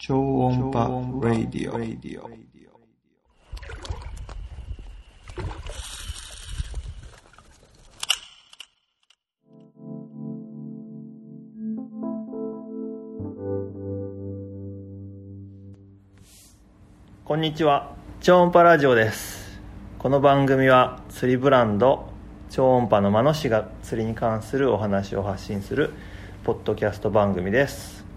超音波ラディオ。 こんにちは、超音波ラジオです。この番組は釣りブランド超音波の間野氏が釣りに関するお話を発信するポッドキャスト番組です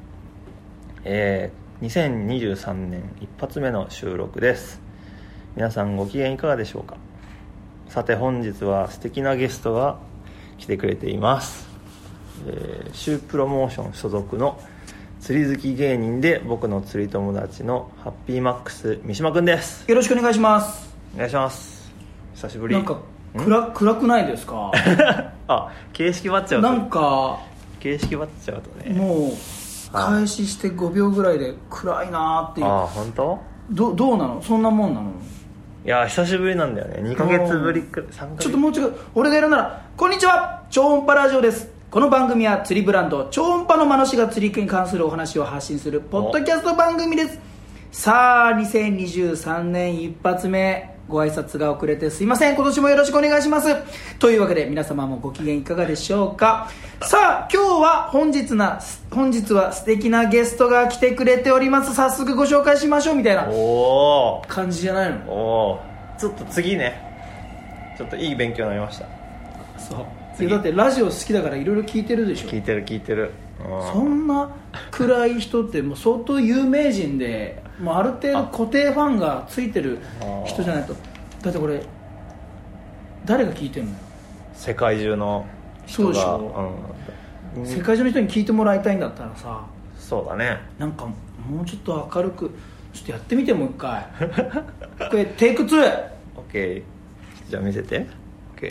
。2023年一発目の収録です。皆さんご機嫌いかがでしょうか。さて本日は素敵なゲストが来てくれています。シュープロモーション所属の釣り好き芸人で僕の釣り友達のハッピーマックス三島くんです。 よろしくお願いします。 お願いします。久しぶり。 なんか暗くないですか？ あ、形式割っちゃうとなんか形式割っちゃうとね、 もう開始して5秒ぐらいで暗いなーっていう。 あ、本当？ どうなの？そんなもんなの？ いや久しぶりなんだよね。2ヶ月ぶりくらい、3ヶ月。 ちょっともうちょっと俺がやるなら、こんにちは、超音波ラジオです。この番組は釣りブランド超音波の間野氏が釣りに関するお話を発信するポッドキャスト番組です。さあ2023年一発目、ご挨拶が遅れてすいません。今年もよろしくお願いします。というわけで皆様もご機嫌いかがでしょうか。さあ今日は本日は素敵なゲストが来てくれております。早速ご紹介しましょうみたいな感じじゃないの？ おー、ちょっと次ね、ちょっといい勉強になりました。 そうだってラジオ好きだからいろいろ聞いてるでしょ。 聞いてる。 そんな暗い人ってもう相当有名人で、もうある程度固定ファンがついてる人じゃないと。だってこれ誰が聞いてるのよ。 世界中の人が。 そうでしょ、世界中の人に聞いてもらいたいんだったらさ、 そうだね、 なんかもうちょっと明るくちょっとやってみて。もう一回これテイク 2。 OK、 じゃあ見せて。 OK、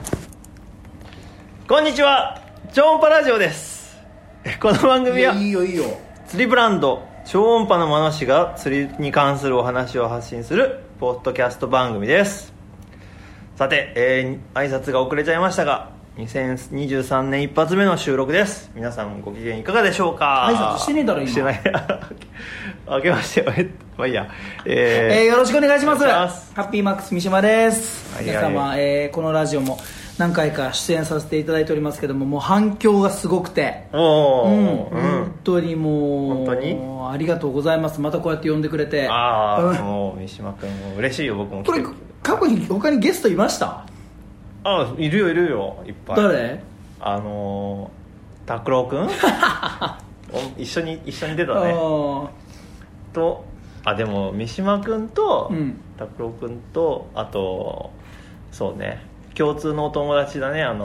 こんにちは、超音波ラジオです。この番組はいいよ釣りブランド超音波の間野氏が釣りに関するお話を発信するポッドキャスト番組です。さて、挨拶が遅れちゃいましたが2023年一発目の収録です。皆さんご機嫌いかがでしょうか。 挨拶してねえだろ今。 してない明けましてまあいいや、 よろしくお願いします。 お願いします。 ハッピーマックス三島です。 はい、 皆様、このラジオも何回か出演させていただいておりますけども、もう反響がすごくて、本当にもう本当にありがとうございます。またこうやって呼んでくれて。 もう三島君も嬉しいよ。僕も来て。 これ過去に他にゲストいました？ いるよいっぱい。 誰？ 拓郎君一緒に出たね。とでも三島君と拓郎君と、あとそうね、共通のお友達だね。なん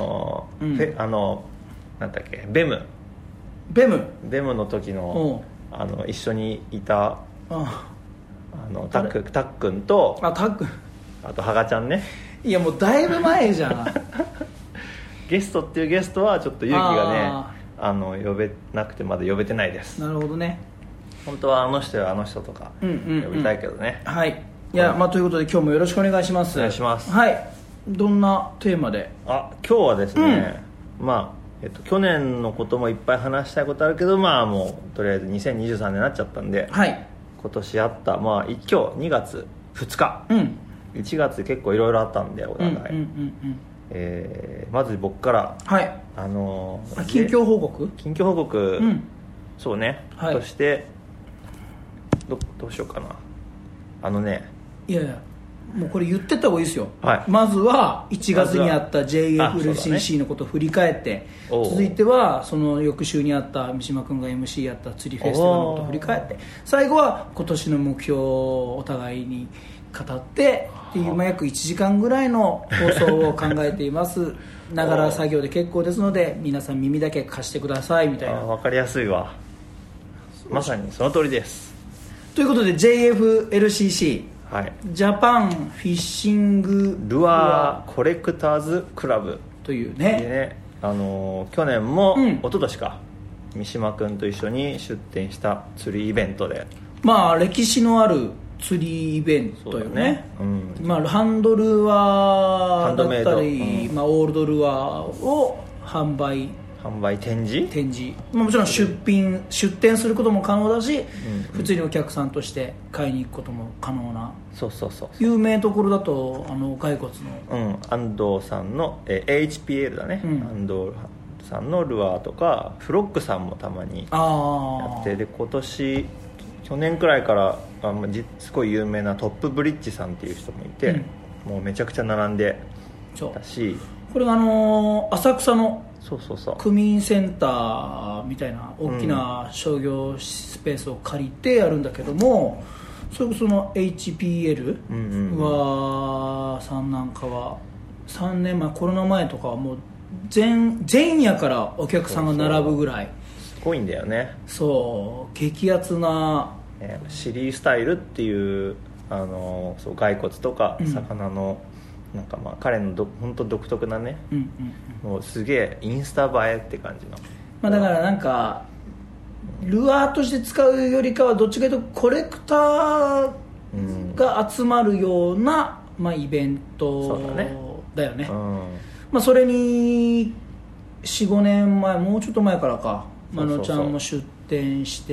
だっけ、ベムの時の一緒にいたたっくんと、あとはがちゃんね。 いやもうだいぶ前じゃんゲストっていうゲストはちょっと勇気がね呼べなくて、まだ呼べてないです。 なるほどね。 本当はあの人やあの人とか呼びたいけどね。 はい。いや、ということで今日もよろしくお願いします。 お願いします。 はい。どんなテーマで？ 今日はですね、去年のこともいっぱい話したいことあるけど、もうとりあえず2023年になっちゃったんで、 はい、 今年あった、今日2月2日、1月結構いろいろあったんでお互い、まず僕から、 はい、近況報告、 そうね、としてどうしようかな。 いやもうこれ言ってった方がいいですよ、 はい、 まずは1月にあった JFLCC のことを振り返って、続いてはその翌週にあった三島君が MC やった釣りフェスティバルのことを振り返って、最後は今年の目標をお互いに語ってっていう、約1時間ぐらいの放送を考えていますながら作業で結構ですので皆さん耳だけ貸してくださいみたいな。 分かりやすいわ。まさにその通りです。 ということで JFLCC、ジャパンフィッシングルアーコレクターズクラブというね、 去年も、一昨年か、三島君と一緒に出展した釣りイベントで、 歴史のある釣りイベントよね。ハンドルアーだったり、オールドルアーを販売販売展示、 もちろん出店することも可能だし、普通にお客さんとして買いに行くことも可能な。 そう有名どころだと骸骨の安藤さんの、HPL だね、安藤さんのルアーとかフロックさんもたまにやって、で去年くらいからすごい有名なトップブリッジさんっていう人もいて、もうめちゃくちゃ並んでたし、 これが浅草のそう区民センターみたいな大きな商業スペースを借りてやるんだけども、それこそHPL さんなんかは3年前コロナ前とかはもう前夜からお客さんが並ぶぐらいすごいんだよね。 そう激アツな、 シリースタイルっていうそう骸骨とか魚の、なんか彼の本当独特なね、もうすげえインスタ映えって感じの、 だからなんかルアーとして使うよりかはどっちかというとコレクターが集まるような、イベントだよね。それに 4,5 年前もうちょっと前からかまのちゃんも出店して、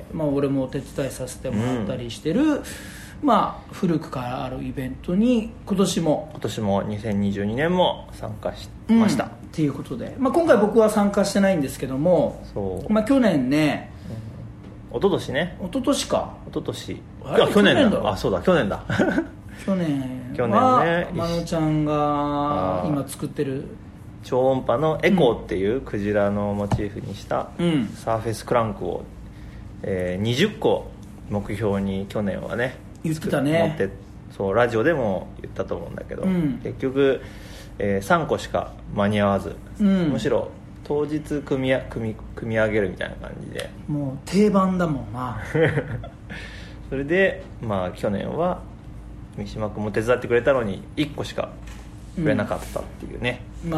俺もお手伝いさせてもらったりしてる、古くからあるイベントに今年も 2022年も参加しました、 っていうことで、今回僕は参加してないんですけども、去年ね、 一昨年ね一昨年か一昨年去年だ。 そうだ去年だ去年はまのちゃんが今作ってる超音波のエコーっていうクジラのモチーフにしたサーフェスクランクを、20個目標に去年はね言ってたね。 持ってそうラジオでも言ったと思うんだけど、結局、3個しか間に合わず、むしろ当日組み上げるみたいな感じでもう定番だもんなそれで去年は三島君も手伝ってくれたのに1個しかくれなかったっていうね、 ね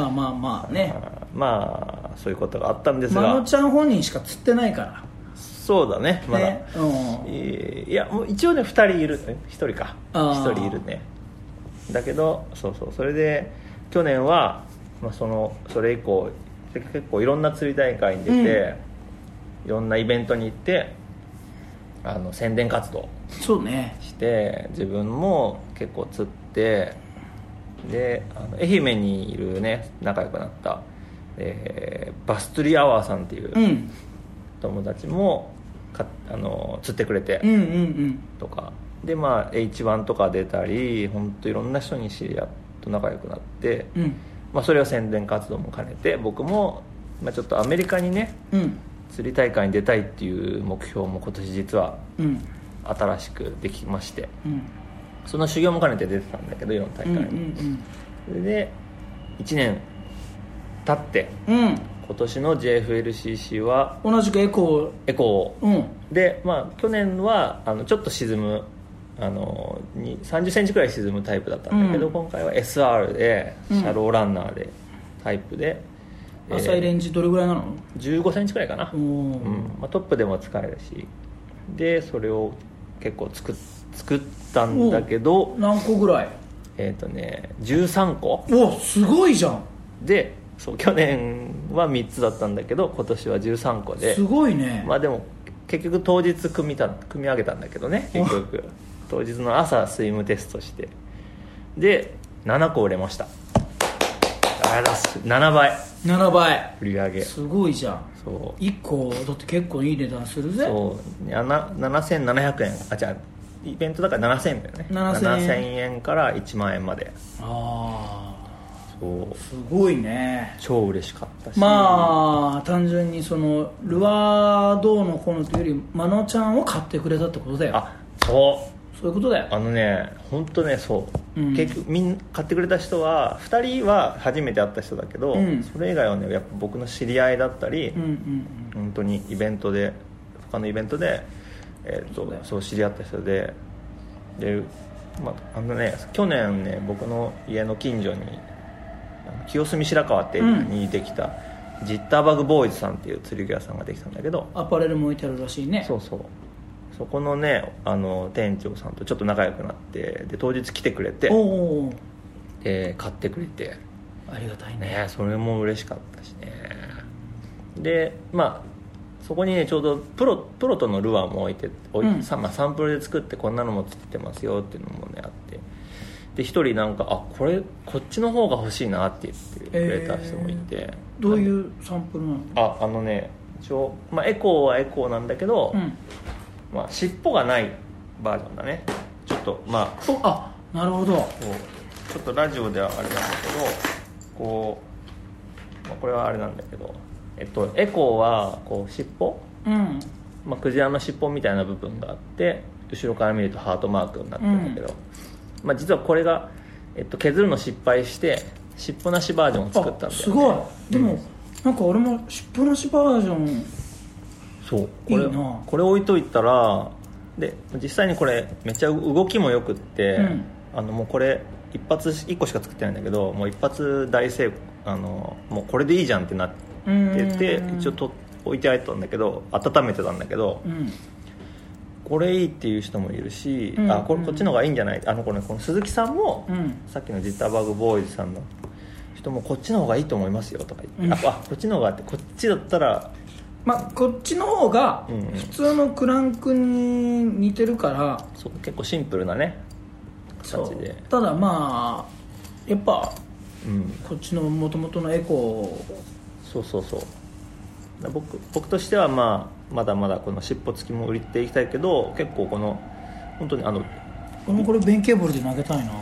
そういうことがあったんですが、 まのちゃん本人しか釣ってないから。 そうだね、まだ、いやもう一応ね2人いる、1人か1人いるね。だけどそれで去年は、それ以降結構いろんな釣り大会に出て、いろんなイベントに行って宣伝活動して、自分も結構釣って、で愛媛にいるね仲良くなった、バス釣りアワーさんっていう友達も釣ってくれて、とかでH1 とか出たり、本当いろんな人に知り合って仲良くなって、それを宣伝活動も兼ねて、僕も、ちょっとアメリカにね、釣り大会に出たいっていう目標も今年実は新しくできまして、その修行も兼ねて出てたんだけど、いろんな大会に、それで1年経って、今年の JFLCC は同じくエコー、で、去年はちょっと沈む30センチくらい沈むタイプだったんだけど、今回は SR でシャローランナーでタイプで、 浅いレンジどれぐらいなの ？15センチくらいかな、トップでも使えるし、でそれを結構作ったんだけど、 何個ぐらい ？13個。 すごいじゃん。 で去年は3つだったんだけど、今年は13個で、 すごいね。 でも結局当日組み上げたんだけどね、結局当日の朝スイムテストして、で7個売れました。7倍売り上げ。 すごいじゃん。1個だって結構いい値段するぜ。 7700円、イベントだから7000円だよね。7000円から1万円まで。 すごいね。 超嬉しかったし、 単純にそのルアーどうのこうのというより、まのちゃんを買ってくれたってことだよ。そういうことだよ。 本当ね、結局みんな買ってくれた人は2人は初めて会った人だけど、それ以外はねやっぱ僕の知り合いだったり、本当に他のイベントで、そう知り合った人で、去年ね僕の家の近所に清澄白河ってエリアにできた、ジッターバグボーイズさんっていう釣り具屋さんができたんだけど、 アパレルも置いてあるらしいね。 そこのね店長さんとちょっと仲良くなって、で当日来てくれて、で買ってくれて、 ありがたいね。 それも嬉しかったしね。 でそこにねちょうどプロトのルアーも置いて、サンプルで作ってこんなのも作ってますよっていうのもねあって、で一人なんかこっちの方が欲しいなって言ってくれた人もいて、 どういうサンプルなの？ 一応、エコーはエコーなんだけど、尻尾がないバージョンだね。ちょっとなるほど。 ちょっとラジオではあれなんだけどこれはあれなんだけど、エコーは尻尾、クジラの尻尾みたいな部分があって、後ろから見るとハートマークになってるんだけど、実はこれが、削るの失敗して尻尾なしバージョンを作ったんだよね。 すごい。でも、なんか俺も尻尾なしバージョンそういいな。 これ置いといたら、で実際にこれめっちゃ動きもよくって、もうこれ1個しか作ってないんだけど、もう一発大成功、もうこれでいいじゃんってなってて、一応置いてあったんだけど、温めてたんだけど、これいいっていう人もいるし、こっちの方がいいんじゃない、この鈴木さんも、さっきのジッターバグボーイズさんの人もこっちの方がいいと思いますよとか言って、こっちの方があって、こっちだったらこっちの方が普通のクランクに似てるから、 そう結構シンプルなね形で、 ただやっぱ、こっちの元々のエコー、 そう僕としてはまだまだこの尻尾付きも売っていきたいけど、結構本当に俺もこれベンケーブルで投げたいな。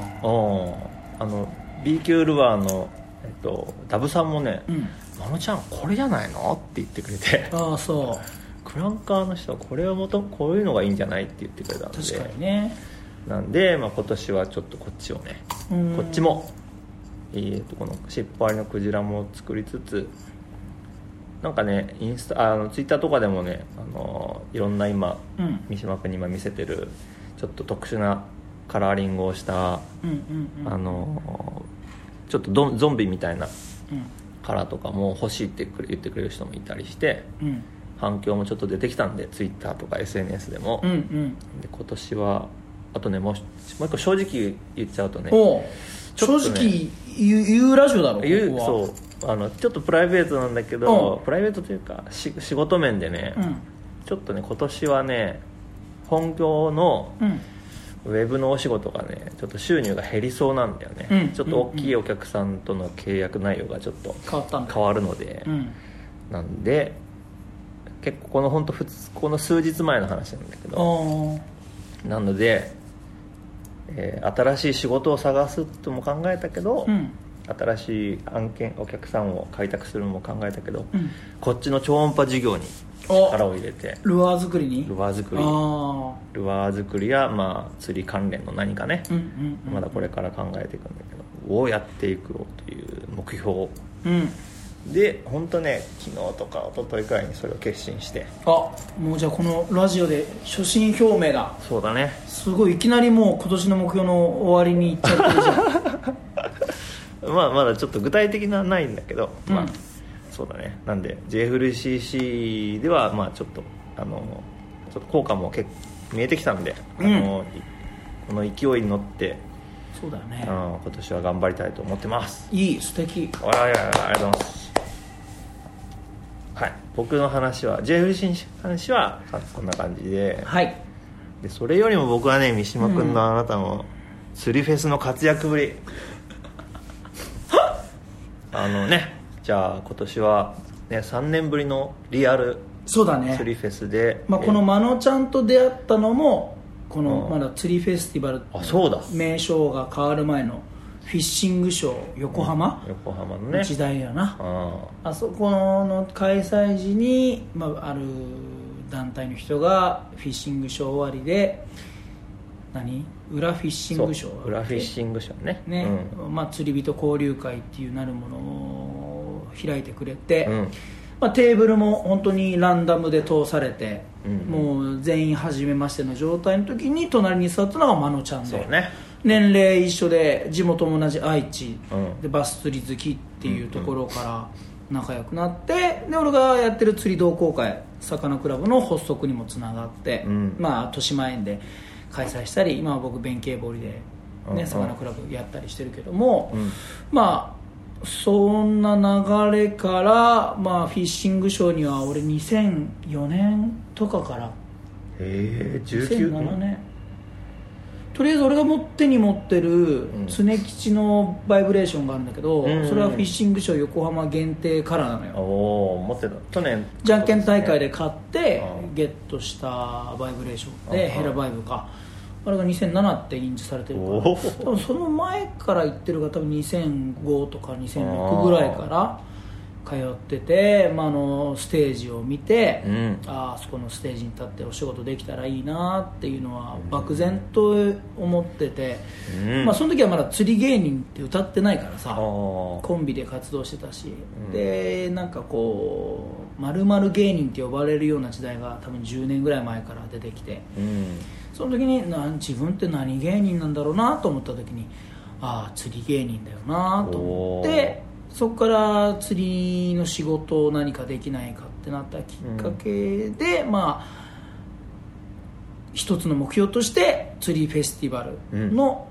B 級ルアーの、ダブさんもね、マノちゃんこれじゃないのって言ってくれて、 そうクランカーの人はこういうのがいいんじゃないって言ってくれたんで、 確かにね。 なんで、今年はちょっとこっちをね、こっちも、この尻尾ありのクジラも作りつつ、なんかねツイッターとかでもね、いろんな今、三島君に今見せてるちょっと特殊なカラーリングをした、ちょっとゾンビみたいなカラーとかも欲しいって言ってくれる人もいたりして、反響もちょっと出てきたんで、ツイッターとか SNS でも、で今年はあとね、もう一個正直言っちゃうとね、 正直言うラジオだろ、ここは。 そうちょっとプライベートなんだけど、プライベートというか仕事面でね、ちょっとね今年はね本業のウェブのお仕事がねちょっと収入が減りそうなんだよね、ちょっと大きいお客さんとの契約内容がちょっと変わるので、なんで結構この数日前の話なんだけど、なので、新しい仕事を探すとも考えたけど、新しいお客さんを開拓するのも考えたけど、こっちの超音波事業に力を入れて、 ルアー作りに、 ルアー作りや、釣り関連の何かね、まだこれから考えていくんだけどをやっていこうという目標、で本当ね昨日とか一昨日くらいにそれを決心して、 もうじゃあこのラジオで初心表明だ。 そうだね、 すごいいきなりもう今年の目標の終わりにいっちゃってるじゃんまだちょっと具体的なないんだけど、そうだね。なんで JFLCC ではちょっとちょっと効果も見えてきたんで、この勢いに乗って、 そうだよね、 今年は頑張りたいと思ってます。 いい、素敵。 ありがとうございます。はい、僕の話は JFLCC の話はこんな感じで、でそれよりも僕はね三島君のあなたの釣りフェスの活躍ぶり、じゃあ今年は、3年ぶりのリアル釣りフェスで、 このまのちゃんと出会ったのもこのまだ釣りフェスティバル名称が変わる前のフィッシングショー横浜のね時代やな。あそこの開催時に、ある団体の人がフィッシングショー終わりで裏フィッシングショー、 裏フィッシングショーね、 釣り人交流会っていうなるものを開いてくれて、テーブルも本当にランダムで通されて、もう全員初めましての状態の時に隣に座ったのがまのちゃんで、年齢一緒で地元も同じ愛知、でバス釣り好きっていうところから仲良くなって、で俺がやってる釣り同好会さかなクラブの発足にもつながって、豊島園で開催したり、今は僕弁慶堀でさかなクラブやったりしてるけども、 そんな流れから、まあ、フィッシングショーには俺2004年とかから 19 年とりあえず俺が手に持ってる常吉のバイブレーションがあるんだけど、それはフィッシングショー横浜限定カラーなのよ。 持ってた去年じゃんけん大会で買ってゲットしたバイブレーションでヘラバイブか、あれが2007って印字されてるから、多分その前から言ってるが多分2005とか2006ぐらいから通ってて、まあ、ステージを見て、あそこのステージに立ってお仕事できたらいいなっていうのは漠然と思ってて、まあ、その時はまだ釣り芸人って歌ってないからさ、コンビで活動してたし、でなんかこう丸々芸人って呼ばれるような時代が多分10年ぐらい前から出てきて、その時に自分って何芸人なんだろうなと思った時に、釣り芸人だよなと思って、そこから釣りの仕事を何かできないかってなったきっかけで、まあ一つの目標として釣りフェスティバルの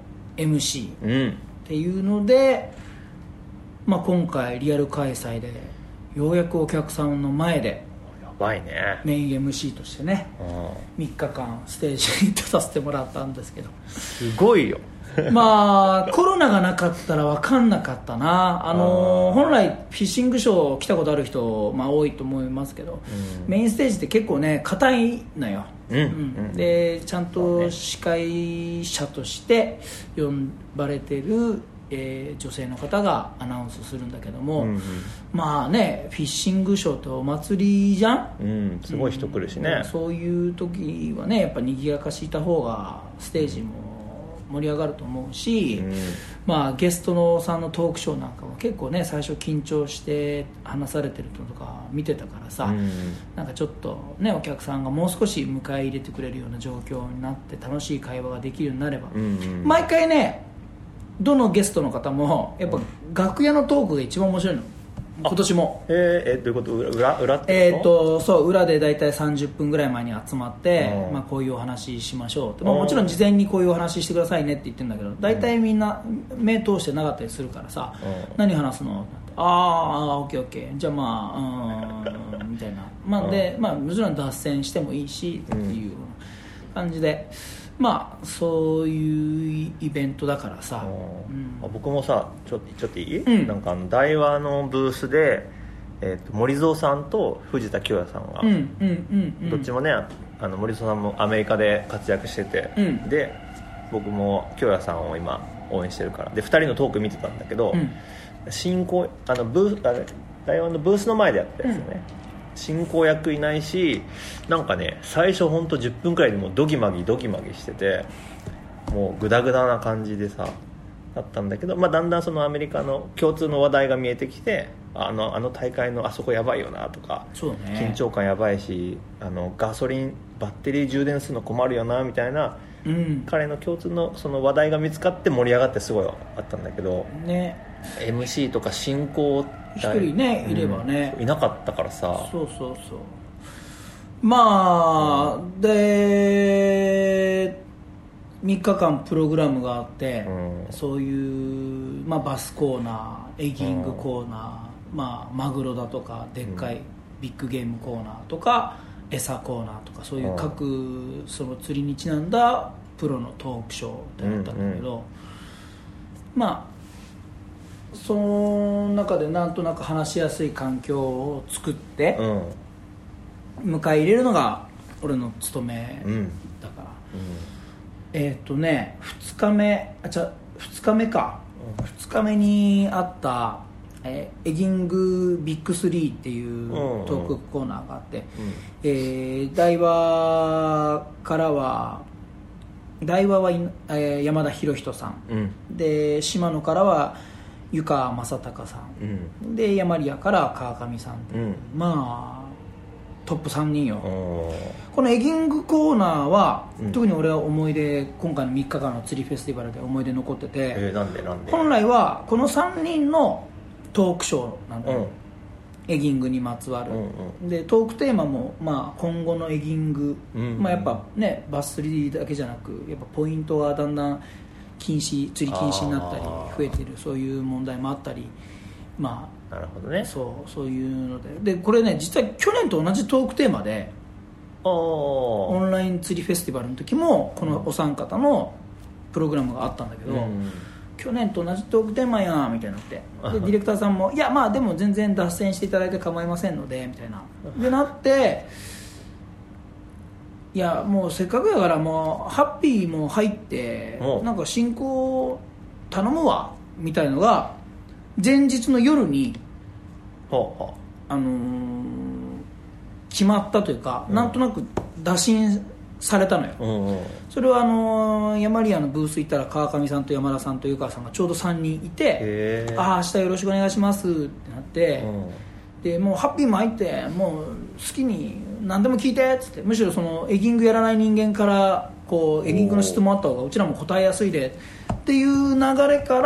MC っていうので、まあ、今回リアル開催でようやくお客さんの前でやばいねメイン MC としてね3日間ステージに立たせてもらったんですけど、 すごいよまあコロナがなかったら分かんなかったな。本来フィッシングショー来たことある人、まあ、多いと思いますけど、メインステージって結構ね硬いのよ、でちゃんと司会者として呼ばれてる、女性の方がアナウンスするんだけども、まあねフィッシングショーってお祭りじゃん、 すごい人来るしね、 そういう時はねやっぱ賑やかしいた方がステージも盛り上がると思うし、まあ、ゲストさんのトークショーなんかも結構ね最初緊張して話されてるのとか見てたからさ、なんかちょっとねお客さんがもう少し迎え入れてくれるような状況になって楽しい会話ができるようになれば、毎回ねどのゲストの方もやっぱ楽屋のトークが一番面白いの今年も。 どういうこと？裏ってこと？ そう裏で大体30分ぐらい前に集まって、まあ、こういうお話ししましょうって、まあ、もちろん事前にこういうお話ししてくださいねって言ってるんだけど、大体みんな目通してなかったりするからさ、何話すの？オッケーオッケー、じゃあまあみたいな、まあでまあ、もちろん脱線してもいいしっていう感じで、まあそういうイベントだからさ、 僕もさちょっといい、なんか大和のブースで、森蔵さんと藤田清也さんが、どっちもね森蔵さんもアメリカで活躍してて、で僕も清也さんを今応援してるからで2人のトーク見てたんだけど、進行大和のブースの前でやったやつよね、進行役いないし、なんかね最初ほんと10分くらいでもうドギマギしてて、もうグダグダな感じでさだったんだけど、まあ、だんだんそのアメリカの共通の話題が見えてきて、あの大会のあそこやばいよなとか、 そうね、 緊張感やばいし、ガソリンバッテリー充電するの困るよなみたいな、彼の共通のその話題が見つかって盛り上がってすごいあったんだけど、 ね、 MC とか進行一人ねいればね、 いなかったからさ、 そうまあ、で3日間プログラムがあって、そういう、まあ、バスコーナー、エギングコーナー、まあ、マグロだとかでっかいビッグゲームコーナーとか餌コーナーとか、そういう各その釣りにちなんだプロのトークショーってなったんだけど、まあその中でなんとなく話しやすい環境を作って、迎え入れるのが俺の務めだから、2日目にあったエギングビッグ3っていうトークコーナーがあって、大和は山田博人さん、で島野からは湯川正孝さん、で山リアから川上さんっていう、まあトップ3人よ。このエギングコーナーは、特に俺は思い出、今回の3日間の釣りフェスティバルで思い出残ってて、 なんで本来はこの3人のトークショーなんだよ、エギングにまつわる、でトークテーマも、まあ、今後のエギング、まあ、やっぱねバス釣りだけじゃなくやっぱポイントがだんだん釣り禁止になったり増えている、そういう問題もあったり、 まあなるほどね。 そういうのでこれね実は去年と同じトークテーマでオンライン釣りフェスティバルの時もこのお三方のプログラムがあったんだけど、去年と同じトークテーマやんみたいになってでディレクターさんもいやまあでも全然脱線していただいて構いませんのでみたいなでなっていやもうせっかくやからもうハッピーも入ってなんか進行頼むわみたいのが前日の夜に決まったというか、なんとなく打診されたのよ、それはヤマリアのブース行ったら川上さんと山田さんと湯川さんがちょうど3人いて明日よろしくお願いしますってなって、でもうハッピーも入ってもう好きに何でも聞いてっつってむしろそのエギングやらない人間からこうエギングの質問あった方がうちらも答えやすいでっていう流れから、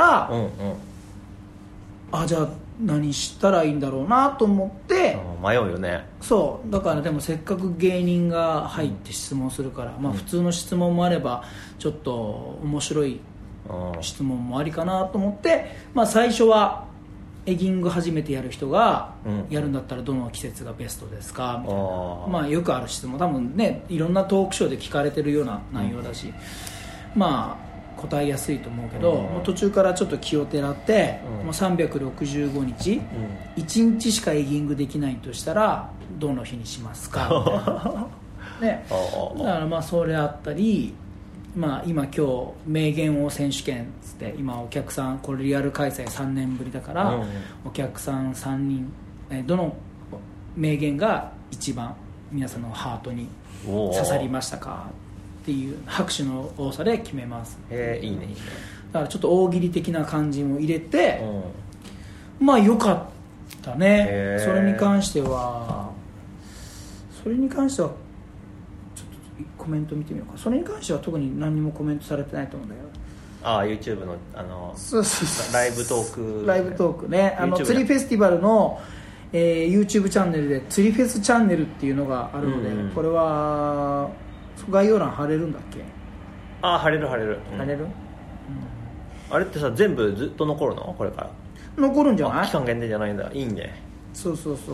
じゃあ何したらいいんだろうなと思って迷うよね。 そうだからでもせっかく芸人が入って質問するから、まあ、普通の質問もあればちょっと面白い質問もありかなと思って、まあ、最初はエギング初めてやる人がやるんだったらどの季節がベストですかみたいな、まあ、よくある質問多分ねいろんなトークショーで聞かれてるような内容だし、まあ答えやすいと思うけど、もう途中からちょっと気をてらって、もう365日、1日しかエギングできないとしたらどの日にしますかみたいな、ね、だからまあそれあったり、まあ、今名言王選手権つって今お客さんこれリアル開催3年ぶりだから、お客さん3人どの名言が一番皆さんのハートに刺さりましたかっていう拍手の多さで決めます。 いいねいいね。 だからちょっと大喜利的な感じも入れて、まあ良かったね。それに関してはちょっとコメント見てみようか。それに関しては特に何にもコメントされてないと思うんだけど、 YouTube のそうライブトークね、釣りフェスティバルのYouTube チャンネルで釣りフェスチャンネルっていうのがあるので、これは概要欄貼れるんだっけ？ 貼れる、 貼れる、 あれってさ全部ずっと残るの？これから残るんじゃない？ 期間限定じゃないんだ。いいね。 そう、そう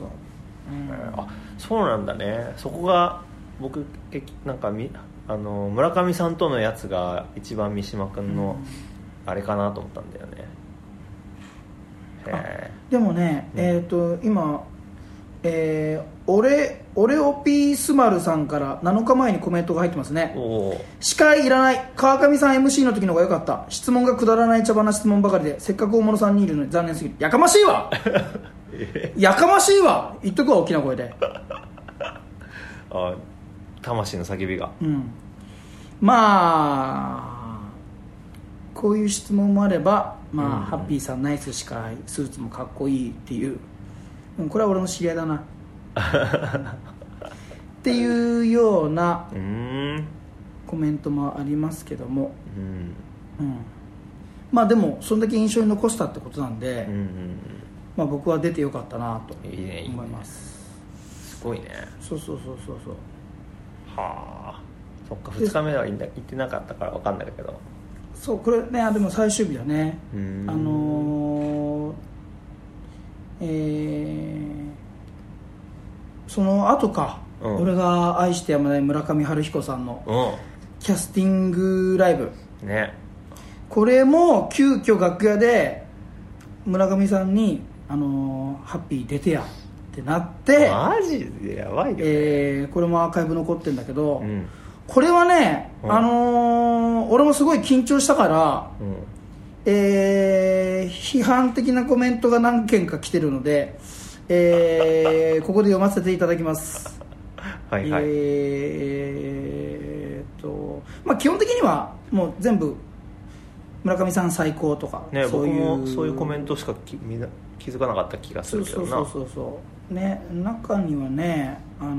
なんだね。そこが僕なんか村上さんとのやつが一番三島君のあれかなと思ったんだよね。 でもね、今俺オピースマルさんから7日前にコメントが入ってますね。司会いらない、川上さん MC の時の方が良かった、質問がくだらない茶番な質問ばかりでせっかく大物さんにいるのに残念すぎる。やかましいわやかましいわ言っとくわ大きな声で魂の叫びが、 まあこういう質問もあれば、まあハッピーさんナイス司会、スーツもかっこいいっていう、これは俺の知り合いだなっていうようなコメントもありますけども、まあでもそんだけ印象に残したってことなんで、まあ、僕は出てよかったなと思います。 すごいね。そうはあ、そっか。2日目は行ってなかったから分かんないけど、 そうこれね、でも最終日だね。その後か、俺が愛してやまない村上春彦さんのキャスティングライブ、これも急遽楽屋で村上さんにハッピー出てやってなって、 マジでやばいよね。 これもアーカイブ残ってるんだけど、これはね、俺もすごい緊張したから、批判的なコメントが何件か来てるので、ここで読ませていただきます。まあ、基本的にはもう全部村上さん最高とか、 僕もそういうコメントしかみんな気づかなかった気がするけどな。 ね、中にはね、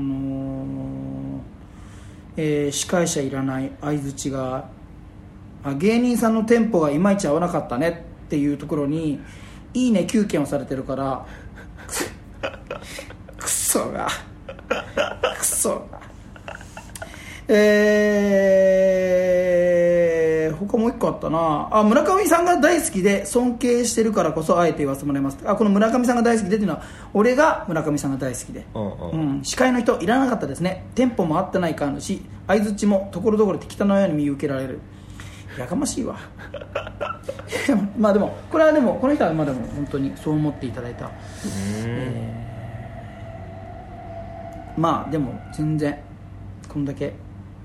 司会者いらない、相づちが芸人さんのテンポがいまいち合わなかったねっていうところにいいね9件をされてるからクソが他もう一個個あったなあ。村上さんが大好きで尊敬してるからこそあえて言わせてもらいます。この村上さんが大好きでっていうのは俺が村上さんが大好きで、司会の人いらなかったですね。テンポも合ってないかんし相づちもところどころ適当なように見受けられる。やかましいわまあでもこれはでもこの人はまあでも本当にそう思っていただいた。まあでも全然こんだけ、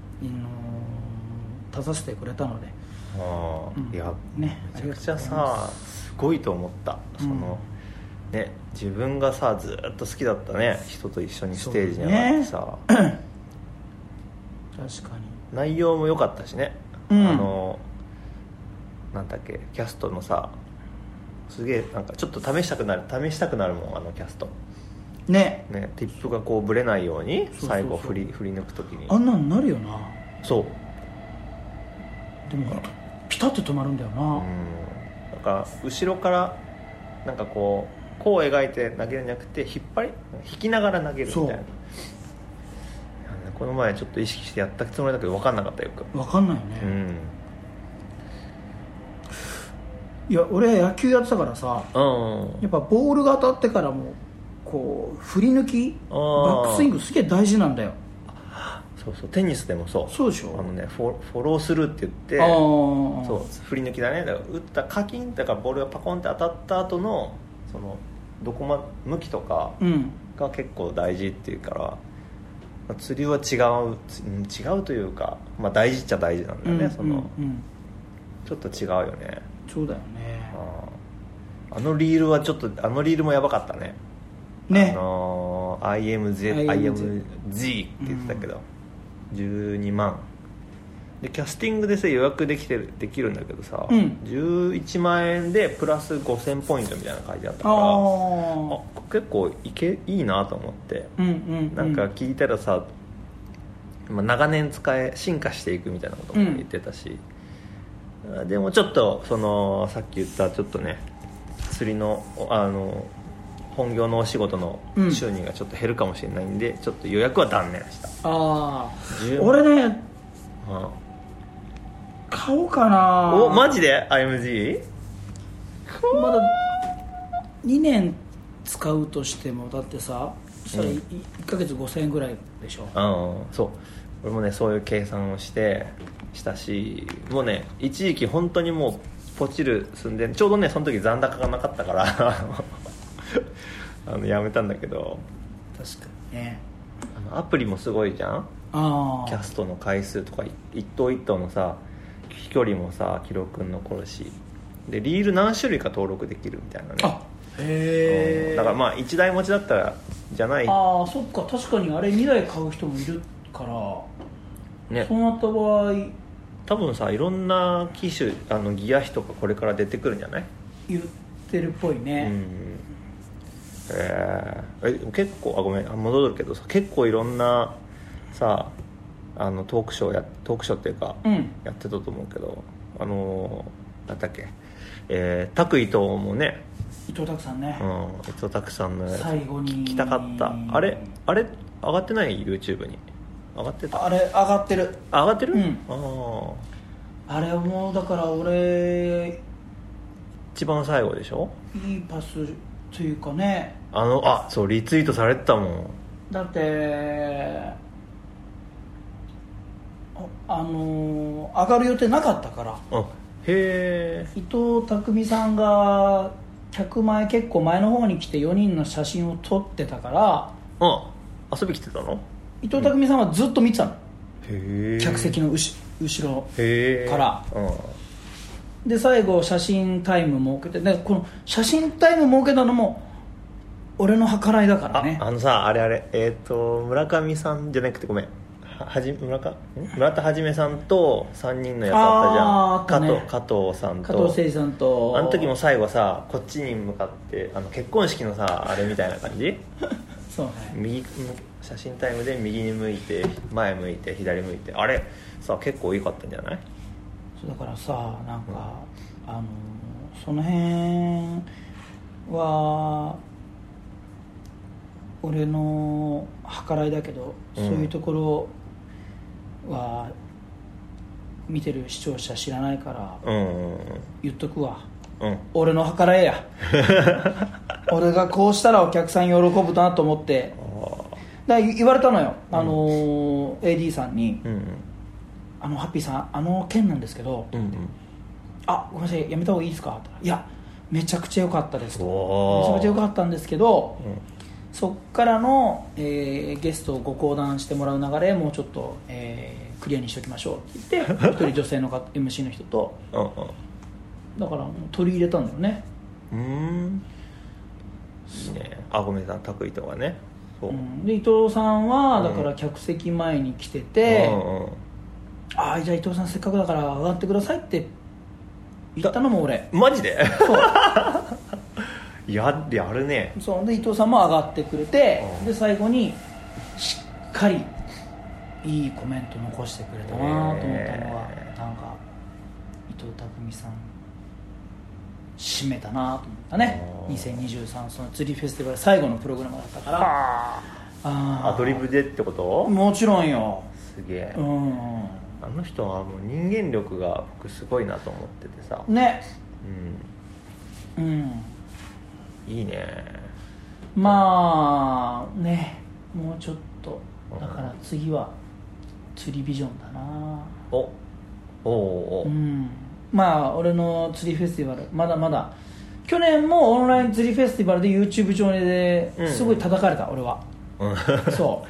立たせてくれたので、 いや、 ね、 めちゃくちゃさすごいと思った。そのね、自分がさずっと好きだったね人と一緒にステージに上がってさ、 確かに内容も良かったしね、なんだっけ、キャストのさすげえなんかちょっと試したくなるもん、キャストね、ティップがこうブレないように最後振り抜くときにあんなのなるよな。 そうでもピタッと止まるんだよな。 なんか後ろからなんかこう描いて投げるんじゃなくて引きながら投げるみたいな。この前ちょっと意識してやったつもりだけど分かんなかった。よく分かんないよね、いや俺は野球やってたからさ、やっぱボールが当たってからもこう振り抜きバックスイングすげえ大事なんだよ。 そうテニスでもそうでしょ。 フォロースルーって言ってそう振り抜きだね。だから打ったカキンだからボールがパコンって当たった後のそのどこ向きとかが結構大事っていうから、釣りは違うというか、まあ、大事っちゃ大事なんだよね、ちょっと違うよね。 そうだよね。 あのリールはちょっとリールもやばかったね。IMZ って言ってたけど、12万でキャスティングでさ予約できるんだけどさ、11万円でプラス5000ポイントみたいなの書いてあったから、結構いいなと思って、なんか聞いたらさ、長年進化していくみたいなことも言ってたし、でもちょっとさっき言ったちょっとね釣りの本業のお仕事の収入がちょっと減るかもしれないんで、ちょっと予約は断念した。 俺ね、買おうかな。 マジで IMG？ まだ2年使うとしてもだってさ、そしたら1ヶ月5000円ぐらいでしょ。 そう俺もねそういう計算をしたし、もうね一時期本当にもうポチる寸前、ちょうどねその時残高がなかったからやめたんだけど、 確かにねアプリもすごいじゃん。キャストの回数とか一頭一頭のさ飛距離もさ記録に残るし、でリール何種類か登録できるみたいなね。 へえ。 だからまあ1台持ちだったらじゃない。 そっか、確かにあれ2台買う人もいるからね。そうなった場合多分さいろんな機種ギア比とかこれから出てくるんじゃない？ 言ってるっぽいね。 結構ごめん戻るけどさ、結構いろんなさトークショーっていうか、やってたと思うけど、なんだっけ、拓伊藤もね、 伊藤拓さんね、 伊藤拓さんのやつ最後に聞きたかった。あれ上がってない？ YouTube に上がってた？ あれ上がってる。 上がってる？ あれもうだから俺一番最後でしょ。 いいパスというかね、 そうリツイートされてたもん。 だって上がる予定なかったから。 へえ。 伊藤匠さんが客前結構前の方に来て4人の写真を撮ってたから。 遊び来てたの？ 伊藤匠さんはずっと見てたの。 へえ。 客席の後ろから。で最後写真タイム設けて、でこの写真タイム設けたのも俺の計らいだからね。 あれ村上さんじゃなくてごめん、村田はじめさんと3人のやつあったじゃん。加藤さんと加藤誠司さんと、 あの時も最後さこっちに向かって結婚式のさあれみたいな感じそうね。 写真タイムで右に向いて前向いて左向いて、あれさ結構良かったんじゃない？ だからさなんか、その辺は俺の計らいだけど、そういうところは見てる視聴者知らないからうん言っとくわ、 うん俺の計らえや俺がこうしたらお客さん喜ぶなと思ってだ言われたのよ、AD さんに、 うんハッピーさん件なんですけど、 うんうんごめんなさいやめた方がいいですかって言ったらいやめちゃくちゃ良かったですとおーめちゃくちゃ良かったんですけど、 うんそっからの、ゲストをご講談してもらう流れもうちょっと、クリアにしておきましょうって言って一人女性のMC の人とうんだからもう取り入れたんだよね、 うんいいね。ごめんなさい、拓井とかね。そう、 で伊藤さんはだから客席前に来てて、 うんうん、 じゃあ伊藤さんせっかくだから上がってくださいって言ったのも俺マジでそうやるね。 そうで伊藤さんも上がってくれて、 うんで最後にしっかりいいコメント残してくれたなと思ったのは、なんか伊藤匠さん締めたなと思ったね。2023その釣りフェスティバル最後のプログラムだったからアドリブでってこと？ もちろんよ。 すげえ、 うんあの人はもう人間力が僕すごいなと思っててさねうんいいね。 まあねもうちょっとだから次は釣りビジョンだな。 おまあ俺の釣りフェスティバルまだまだ去年もオンライン釣りフェスティバルで YouTube 上ですごい叩かれた、俺はそう、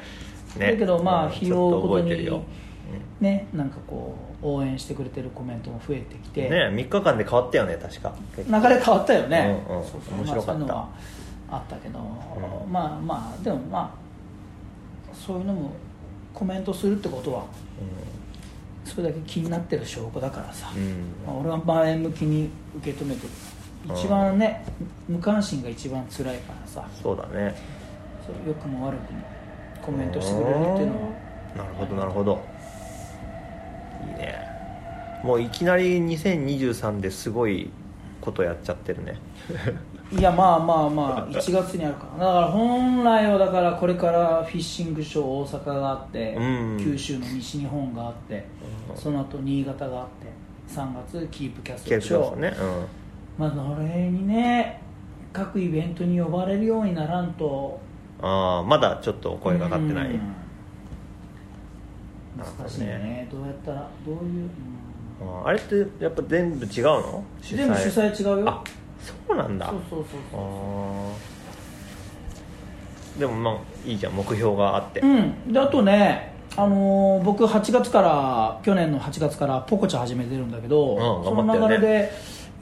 ね、だけどまあ日を追うことにねなんかこう応援してくれてるコメントも増えてきてね3日間で変わったよね確か。 流れ変わったよね、 そう面白かった、 そういうのはあったけど、まあまあでもまあそういうのもコメントするってことは、それだけ気になってる証拠だからさ、まあ、俺は前向きに受け止めてる。一番ね、無関心が一番辛いからさ。 そうだね。 それ良くも悪くもコメントしてくれるっていうのはなるほどなるほど。いいね。もういきなり2023ですごいことやっちゃってるねいやまあまあまあ1月にあるからだから本来はだからこれからフィッシングショー大阪があって、九州の西日本があって、その後新潟があって3月キープキャストショー、 ね、 まあそれにね各イベントに呼ばれるようにならんとまだちょっと声がかかってない、 難しいね。どうやったらどういう、 あれってやっぱ全部違うの？ 全部主催違うよ。 あ、そうなんだ。 そうでもまあいいじゃん、目標があって。 であとね、僕8月から去年の8月からポコチャ始めてるんだけど、その流れで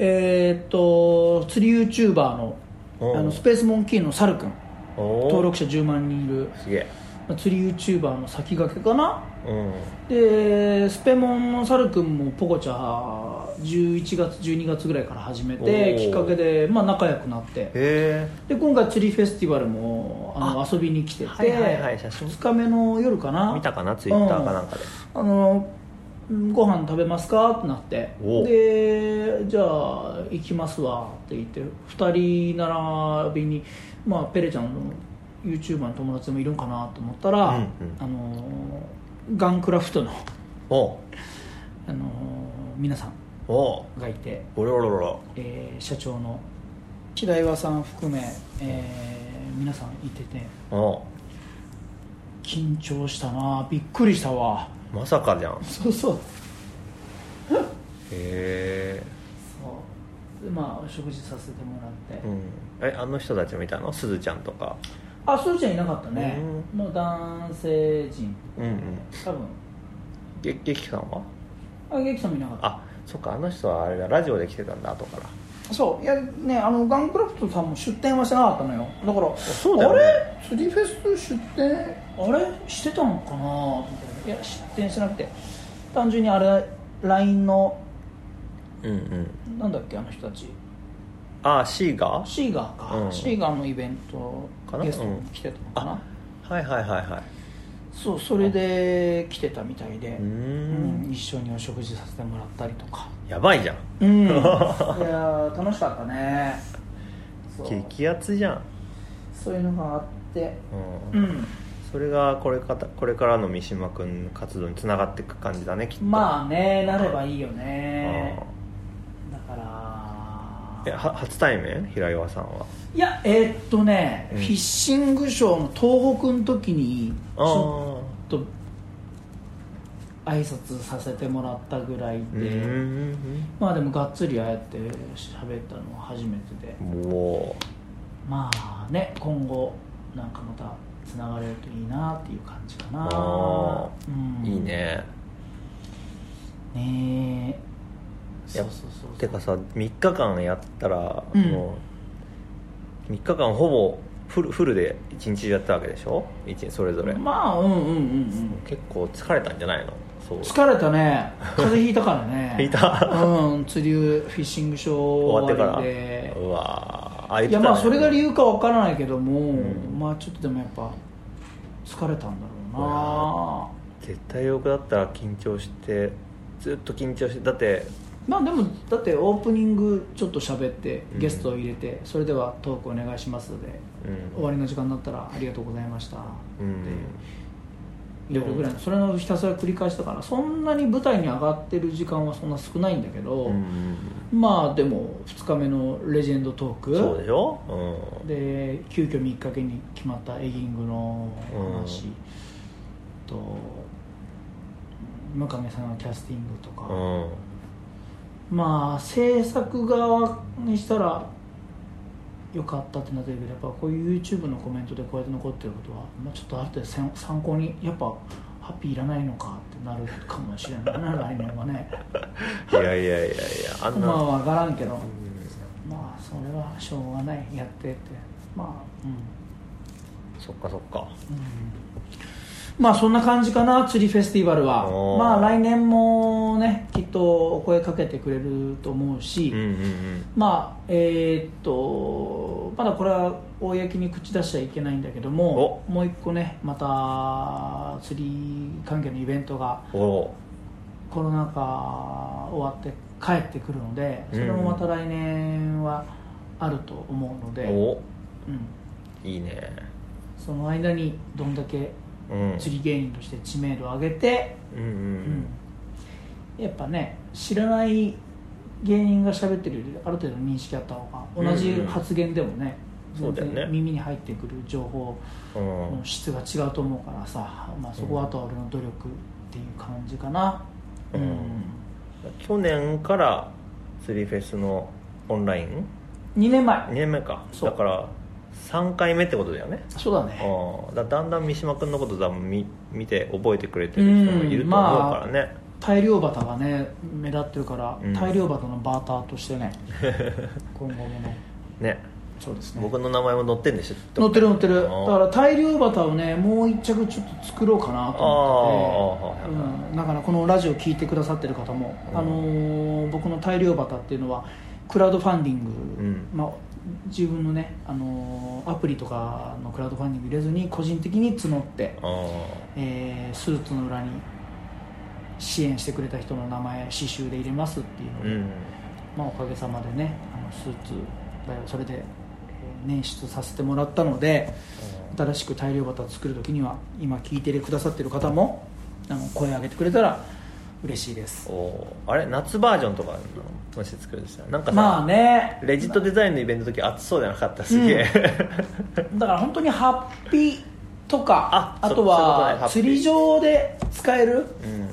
釣り YouTuber のスペースモンキーのサル君、登録者10万人いるすげえ釣り YouTuber の先駆けかな、でスペモンのサル君もポコチャ11月12月ぐらいから始めてきっかけで、まあ、仲良くなって、で今回釣りフェスティバルも遊びに来てて、2日目の夜かな、 見たかな、ツイッターかなんかで、 ご飯食べますかってなって、でじゃあ行きますわって言って2人並びに、まあ、ペレちゃんの YouTuber の友達もいるんかなと思ったら、ガンクラフトの皆さんがいて、社長の白岩さん含め、皆さんいてて緊張したな、びっくりしたわ。 まさかじゃん。 そうへえ。 でまあ食事させてもらって、 あの人たちもいたの？すずちゃんとか。 すずちゃんいなかったね、の男性陣、多分劇さんは？ 劇さんもいなかった。 そっか、あの人はあれだ、ラジオで来てたんだ後から。 そういやね、ガンクラフトさんも出店はしてなかったのよ。だからそうだよね、 あれ釣りフェス出店あれしてたのかなと思って、いや出店してなくて、単純にあれ LINE のなんだっけ、あの人たち、シーガーか、シーガーのイベントゲストに来てたのかな、それで来てたみたいで、一緒にお食事させてもらったりとか。 やばいじゃん。 いや楽しかったね。 激アツじゃん。 そういうのがあって、 それがこれからの三島君の活動につながっていく感じだねきっと。 まあね、なればいいよね。だから初対面平岩さんは。 いやフィッシングショーの東北の時にちょっと挨拶させてもらったぐらいで、まあでもがっつりああやって喋ったのは初めてで、まあね、今後なんかまたつながれるといいなっていう感じかな。いいね。 ねえ。 そうてかさ、3日間やったら、もう3日間ほぼフルで1日やったわけでしょ、1日それぞれ。 まあ結構疲れたんじゃないの？そう疲れたね。風邪ひいたからね。 ひいた。 釣りフィッシングショー終わりで。 うわいやまあそれが理由かわからないけども、まあちょっとでもやっぱ疲れたんだろうな。 絶対よくだったら緊張して、ずっと緊張して、だってまあでもだってオープニングちょっと喋ってゲストを入れて、それではトークお願いしますので、終わりの時間になったらありがとうございましたっていろいろぐらいの、それのひたすら繰り返したから、そんなに舞台に上がってる時間はそんな少ないんだけど、まあでも2日目のレジェンドトーク、 そうでしょ、 で急遽3日目に決まったエギングの話と、向影さんのキャスティングとか、まあ制作側にしたら良かったってなってるけど、やっぱこういう YouTube のコメントでこうやって残ってることは、まあ、ちょっとある程度参考に、やっぱハッピーいらないのかってなるかもしれないな来年はね。 いやあんな、 まあ分からんけど、まあそれはしょうがない、やってってまあそっか、 まあそんな感じかな、釣りフェスティバルは。まあ来年もねきっとお声かけてくれると思うし、まあまだこれは公に口出しちゃいけないんだけども、もう一個ねまた釣り関係のイベントがコロナ禍終わって帰ってくるので、それもまた来年はあると思うので、 いいね。 その間にどんだけ釣り芸人として知名度を上げて、やっぱね知らない芸人が喋ってるよりある程度認識あった方が、同じ発言でもね、全然耳に入ってくる情報の質が違うと思うからさ、まあ、そこはあとは俺の努力っていう感じかな。 去年から釣りフェスのオンライン 2年前か。だから3回目ってことだよね。 そうだね。 だんだん三島君のこと多分見て覚えてくれてる人もいると思うからね。 大漁旗がね目立ってるから、大漁旗のバーターとしてね今後もね。そうですね。 僕の名前も載ってるんでしょ。 載ってる。だから大漁旗をねもう一着ちょっと作ろうかなと思ってて、だからこのラジオ聞いてくださってる方も、僕の大漁旗っていうのはクラウドファンディング、まあ自分のね、アプリとかのクラウドファンディング入れずに個人的に募って、スーツの裏に支援してくれた人の名前刺繍で入れますっていうので、まあ、おかげさまでねスーツだよそれで捻出させてもらったので、新しく大漁旗を作る時には今聞いてくださってる方も声を上げてくれたら嬉しいです。 あれ夏バージョンとかもし作るんですよ。なんかさ、 まあね、 レジットデザインのイベントの時暑そうじゃなかった？すげえ、 だから本当にハッピーとか、あとは釣り場で使える、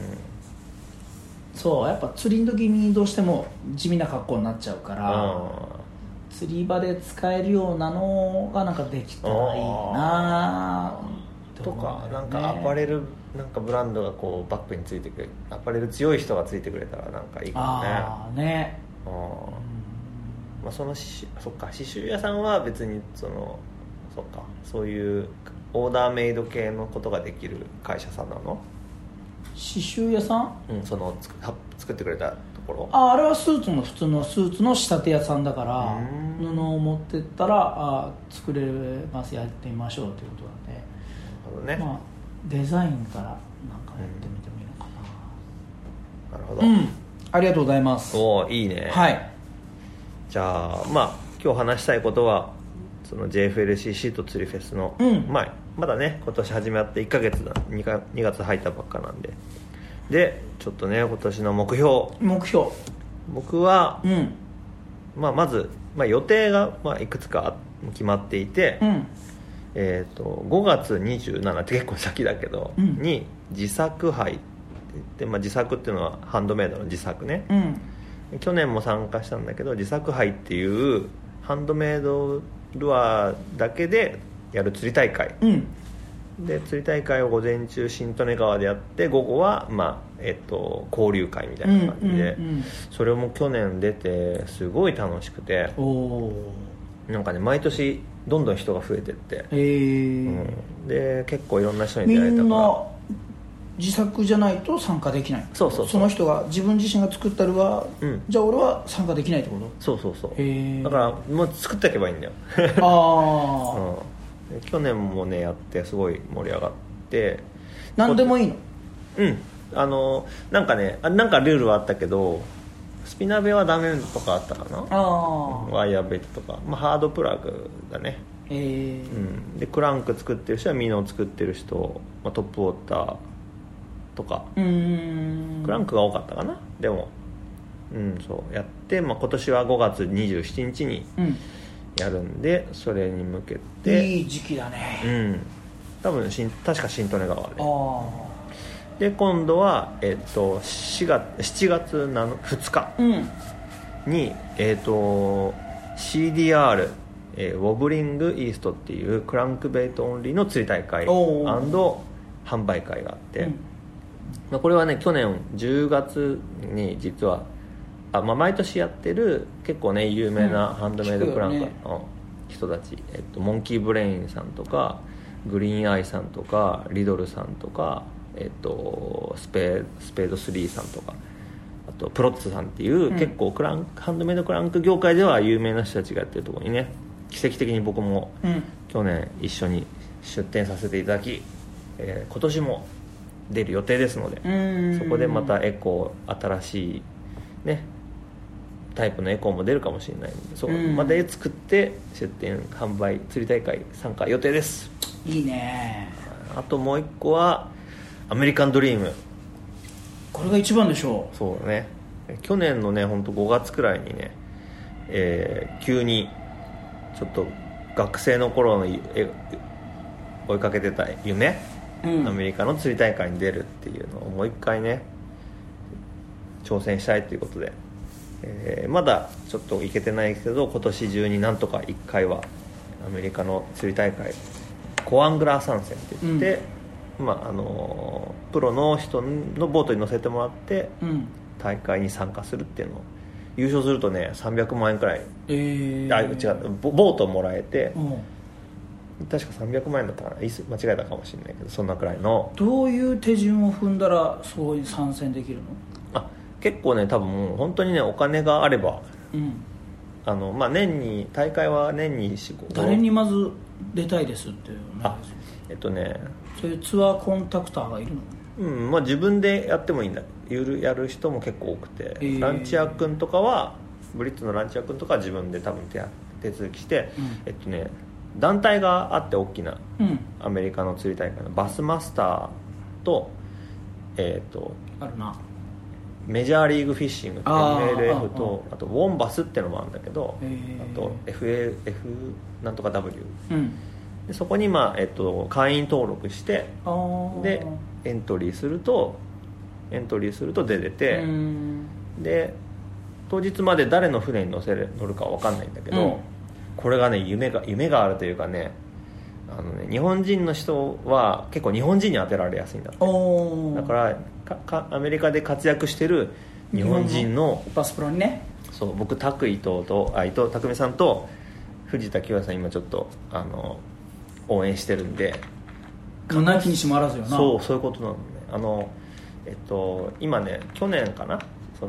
そうやっぱ釣りの時にどうしても地味な格好になっちゃうから、釣り場で使えるようなのがなんかできたらいいなとか、なんかアパレルなんかブランドがこうバッグについてくれる、アパレル強い人がついてくれたらなんかいいかもね。まあ、そっか、刺繍屋さんは別にそういうオーダーメイド系のことができる会社さんなの？ 刺繍屋さん？ その作ってくれたところ。 あれは普通のスーツの仕立て屋さんだから、布を持ってったら作れますやってみましょうということなんで、まあ、デザインからなんかやってみてもいいのかな。 なるほど、 ありがとうございます。 いいね。 はい。 じゃあまあ今日話したいことはその JFLCC と釣りフェスの、まあまだね今年始まって1ヶ月だ 2月入ったばっかなんで、でちょっとね今年の目標僕は、まず、予定が、いくつか決まっていて、5月27って結構先だけど、に自作杯って言って、自作っていうのはハンドメイドの自作ね、去年も参加したんだけど自作杯っていうハンドメイドルアーだけでやる釣り大会、で釣り大会を午前中新利根川でやって午後は、交流会みたいな感じで、それも去年出てすごい楽しくて、なんかね毎年どんどん人が増えてって、で結構いろんな人に出会えたから。 みんな自作じゃないと参加できない。 そうその人が自分自身が作ったルアー、じゃあ俺は参加できないってこと？ そうだからもう作っていけばいいんだよ去年もねやってすごい盛り上がって。 何でもいいの？なんかねなんかルールはあったけどスピナベはダメとかあったかな。ワイヤーベイトとか、ハードプラグだね。でクランク作ってる人はミノを作ってる人、トップウォーターとかクランクが多かったかな。でもそうやって、今年は5月27日にやるんで、それに向けていい時期だね。 多分確か新利根川で今度は、7月2日に、CDR、ウォブリングイーストっていうクランクベイトオンリーの釣り大会&販売会があって、これはね去年10月に実は毎年やってる結構ね有名なハンドメイドクランカーの人たち、モンキーブレインさんとかグリーンアイさんとかリドルさんとか、スペード3さんとか、あとプロッツさんっていう、結構ハンドメイドクランク業界では有名な人たちがやってるところにね、奇跡的に僕も去年一緒に出展させていただき、今年も出る予定ですので、そこでまたエコー新しいねタイプのエコーも出るかもしれないので、そこまで作って出展販売釣り大会参加予定です。 いいね。 あともう一個はアメリカンドリーム。 これが一番でしょう。 そうだね。去年のね本当5月くらいにね、急にちょっと学生の頃の追いかけてた夢、アメリカの釣り大会に出るっていうのをもう一回ね挑戦したいということで、まだちょっと行けてないけど今年中になんとか1回はアメリカの釣り大会コアングラー参戦って言って、プロの人のボートに乗せてもらって、大会に参加するっていうのを優勝するとね300万円くらい、違うボートをもらえて、確か300万円だったかな、間違えたかもしれないけどそんなくらいの。どういう手順を踏んだらそういう参戦できるの？ 結構ね多分もう本当にねお金があれば、年に大会は年に4、5。 誰にまず出たいですっていうそういうツアーコンタクターがいるの？ 自分でやってもいいんだ。やる人も結構多くて、ランチアー君とかはブリッツのランチアー君とかは自分で多分手続きして、団体があって大きな、アメリカの釣り大会のバスマスターとあるなメジャーリーグフィッシングって MLF とあとウォンバスってのもあるんだけど、あと FF なんとか W、でそこに会員登録してでエントリーすると出れて、で当日まで誰の船に乗るか分かんないんだけど、これがね夢があるというかね、日本人の人は結構日本人に当てられやすいんだって。だからアメリカで活躍してる日本人のバスプロにね、 そう僕拓伊藤匠さんと藤田清也さん今ちょっと応援してるんで、 なきにしもあらずよな。 そういうことなのね。今ね去年かな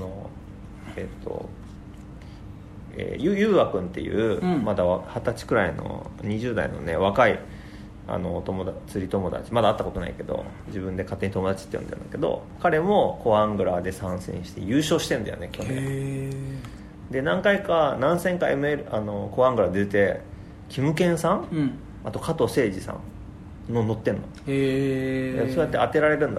ゆうあくんっていう、まだ20歳くらいの20代のね若い釣り友達、まだ会ったことないけど自分で勝手に友達って呼んでるんだけど、彼もコアングラーで参戦して優勝してんだよね去年で。何戦かコアングラーで出てキムケンさん、あと加藤誠二さん、 載ってんの。そうやって当てられるんだって。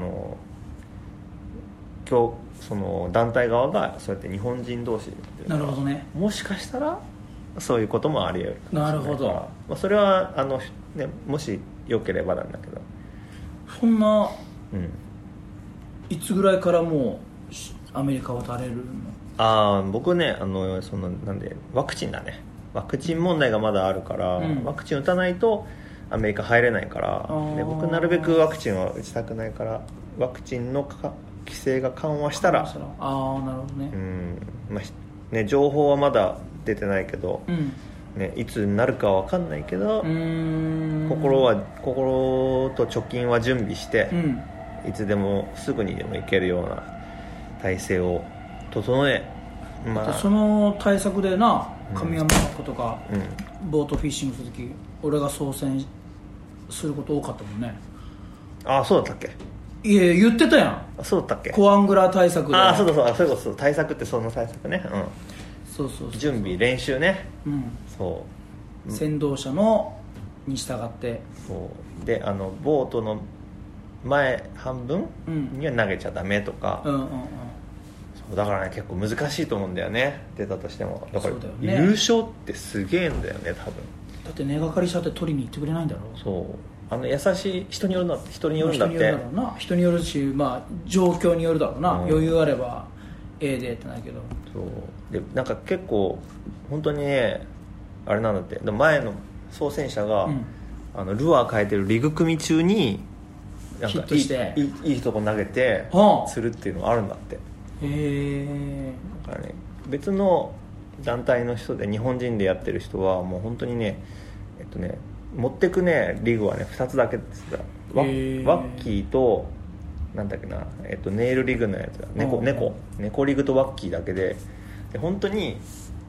今日その団体側がそうやって日本人同士でやってるから。 なるほどね。 もしかしたらそういうこともあり得る。 なるほど。 まあ、それはね、もしよければなんだけど。 そんな、 うん、 いつぐらいからもうアメリカ渡れるの？ 僕ねなんでワクチンだね。ワクチン問題がまだあるから、ワクチン打たないとアメリカ入れないから、で僕なるべくワクチンは打ちたくないから、ワクチンの規制が緩和したら、 なるほどね。 まあね、情報はまだ出てないけど、ね、いつになるかは分かんないけど、心と貯金は準備して、いつでもすぐにでも行けるような体制を整え、 その対策でな、神山の子とか、ボートフィッシングするとき俺が操船すること多かったもんね。 そうだったっけ？ いや言ってたやん。 そうだったっけ？ コアングラ対策で。 そういうこと対策ってその対策ね。そう準備練習ね。そう先導者のに従って。 そうでボートの前半分には投げちゃダメとか、そうだからね、結構難しいと思うんだよね、出たとしても。だから優勝ってすげえんだよね、多分。だって根がかりしたって取りに行ってくれないんだろ。 そう優しい人によるんだって。人によるし、まあ状況によるだろうな、余裕あればでってないけど。 そうでなんか結構本当にね、あれなんだって。で前の操船者が、ルアー変えてるリグ組中になんかいいとこ投げて釣るっていうのがあるんだって。だからね、別の団体の人で日本人でやってる人はもう本当にね、持ってくねリグはね2つだけです。ワッキーとなんだっけな、ネイルリグのやつが猫リグとワッキーだけで、本当に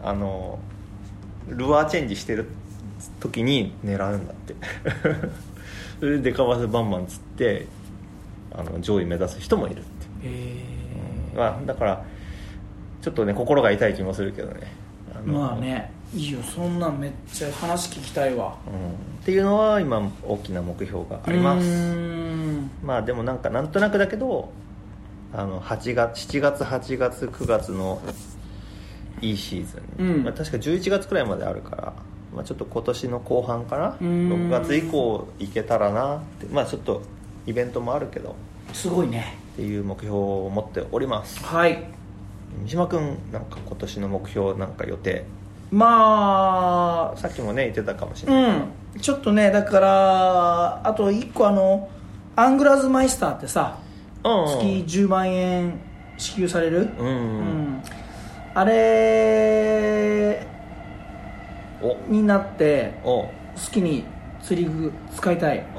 ルアーチェンジしてる時に狙うんだってそれでデカバスバンバン釣って上位目指す人もいるって。だからちょっとね心が痛い気もするけどね。 まあね、いいよ、そんなんめっちゃ話聞きたいわ、 っていうのは今大きな目標があります。まあでもなんとなくだけど7月8月9月のいいシーズン、確か11月くらいまであるから、ちょっと今年の後半から6月以降行けたらなって。ちょっとイベントもあるけどすごいねっていう目標を持っております。 はい。 三島君なんか今年の目標なんか予定？ さっきもね言ってたかもしれないけど、 ちょっとね、だからあと1個アングラーズマイスターってさ、月10万円支給される、あれになって好きに釣り具使いたい。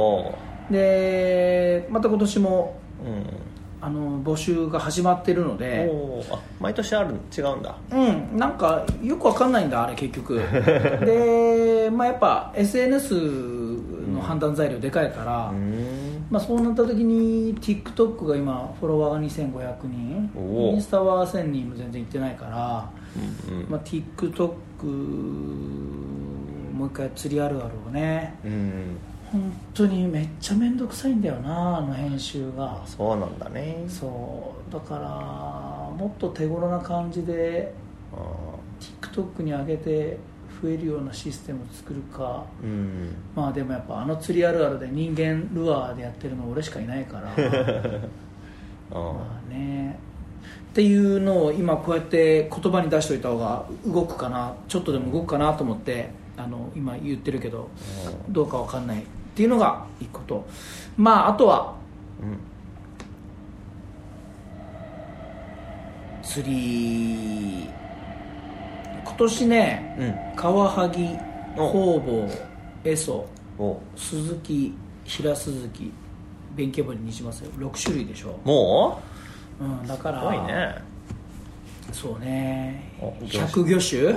でまた今年も、募集が始まってるので。 毎年違うんだ。 なんかよくわかんないんだあれ結局で、やっぱ SNS の判断材料でかいから、そうなった時に TikTok が今フォロワーが2500人、インスタは1000人も全然いってないから、TikTok もう一回釣りあるあるをね、本当にめっちゃ面倒くさいんだよな、編集が。 そうなんだね。 そうだからもっと手頃な感じで TikTok に上げて増えるようなシステムを作るか、でもやっぱ釣りあるあるで人間ルアーでやってるの俺しかいないからっていうのを今こうやって言葉に出しておいた方が動くかな、ちょっとでも動くかなと思って今言ってるけど、どうかわかんないっていうのが一個と、あとは、釣り今年ね、カワハギ、ホウボウ、エソ、スズキ、ヒラスズキ、ベンケブリにしますよ。6種類でしょもう。だからすごいね。 そうね、100魚種。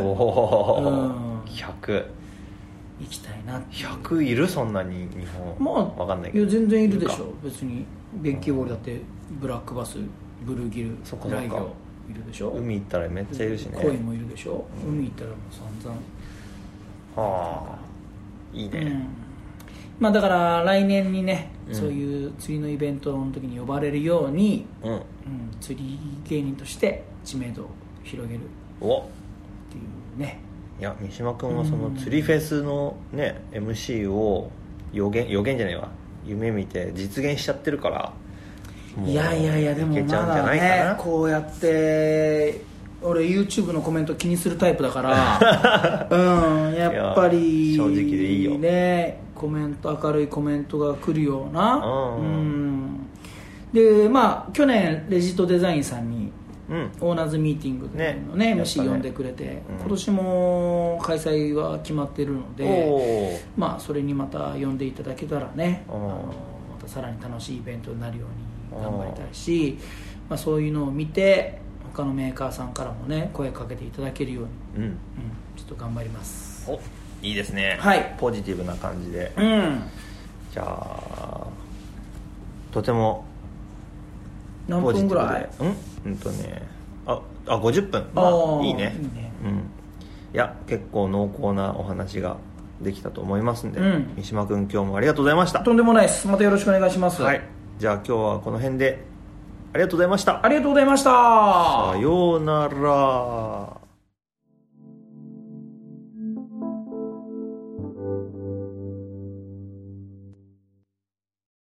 100 行きたいなって。 100いる？そんなに日本？分かんないけど。 いや全然いるでしょ。別にベンケボリだってブラックバス、ブルーギル、ライギョいるでしょ。 海行ったらめっちゃいるしね。 コイもいるでしょ。海行ったらもう散々。 いいね。 まあだから来年にね、そういう釣りのイベントの時に呼ばれるように、釣り芸人として知名度を広げるっていうね。 いや、三島君はその釣りフェスのね MC を予言じゃないわ、夢見て実現しちゃってるから、 いやでもまだね、こうやって俺 YouTube のコメント気にするタイプだからやっぱり正直でいいよね、明るいコメントが来るような、でまあ去年レジットデザインさんにオーナーズミーティングのね MC 呼んでくれて、今年も開催は決まってるので、まあそれにまた呼んでいただけたらね、またさらに楽しいイベントになるように頑張りたいし、まあ、そういうのを見て他のメーカーさんからもね声かけていただけるように、ちょっと頑張ります。 いいですね、ポジティブな感じで、じゃあとても何分ぐらい 50分、いいね、いや結構濃厚なお話ができたと思いますんで、三島君今日もありがとうございました。 とんでもないです、またよろしくお願いします。 じゃあ今日はこの辺でありがとうございました。 ありがとうございました。 さようなら。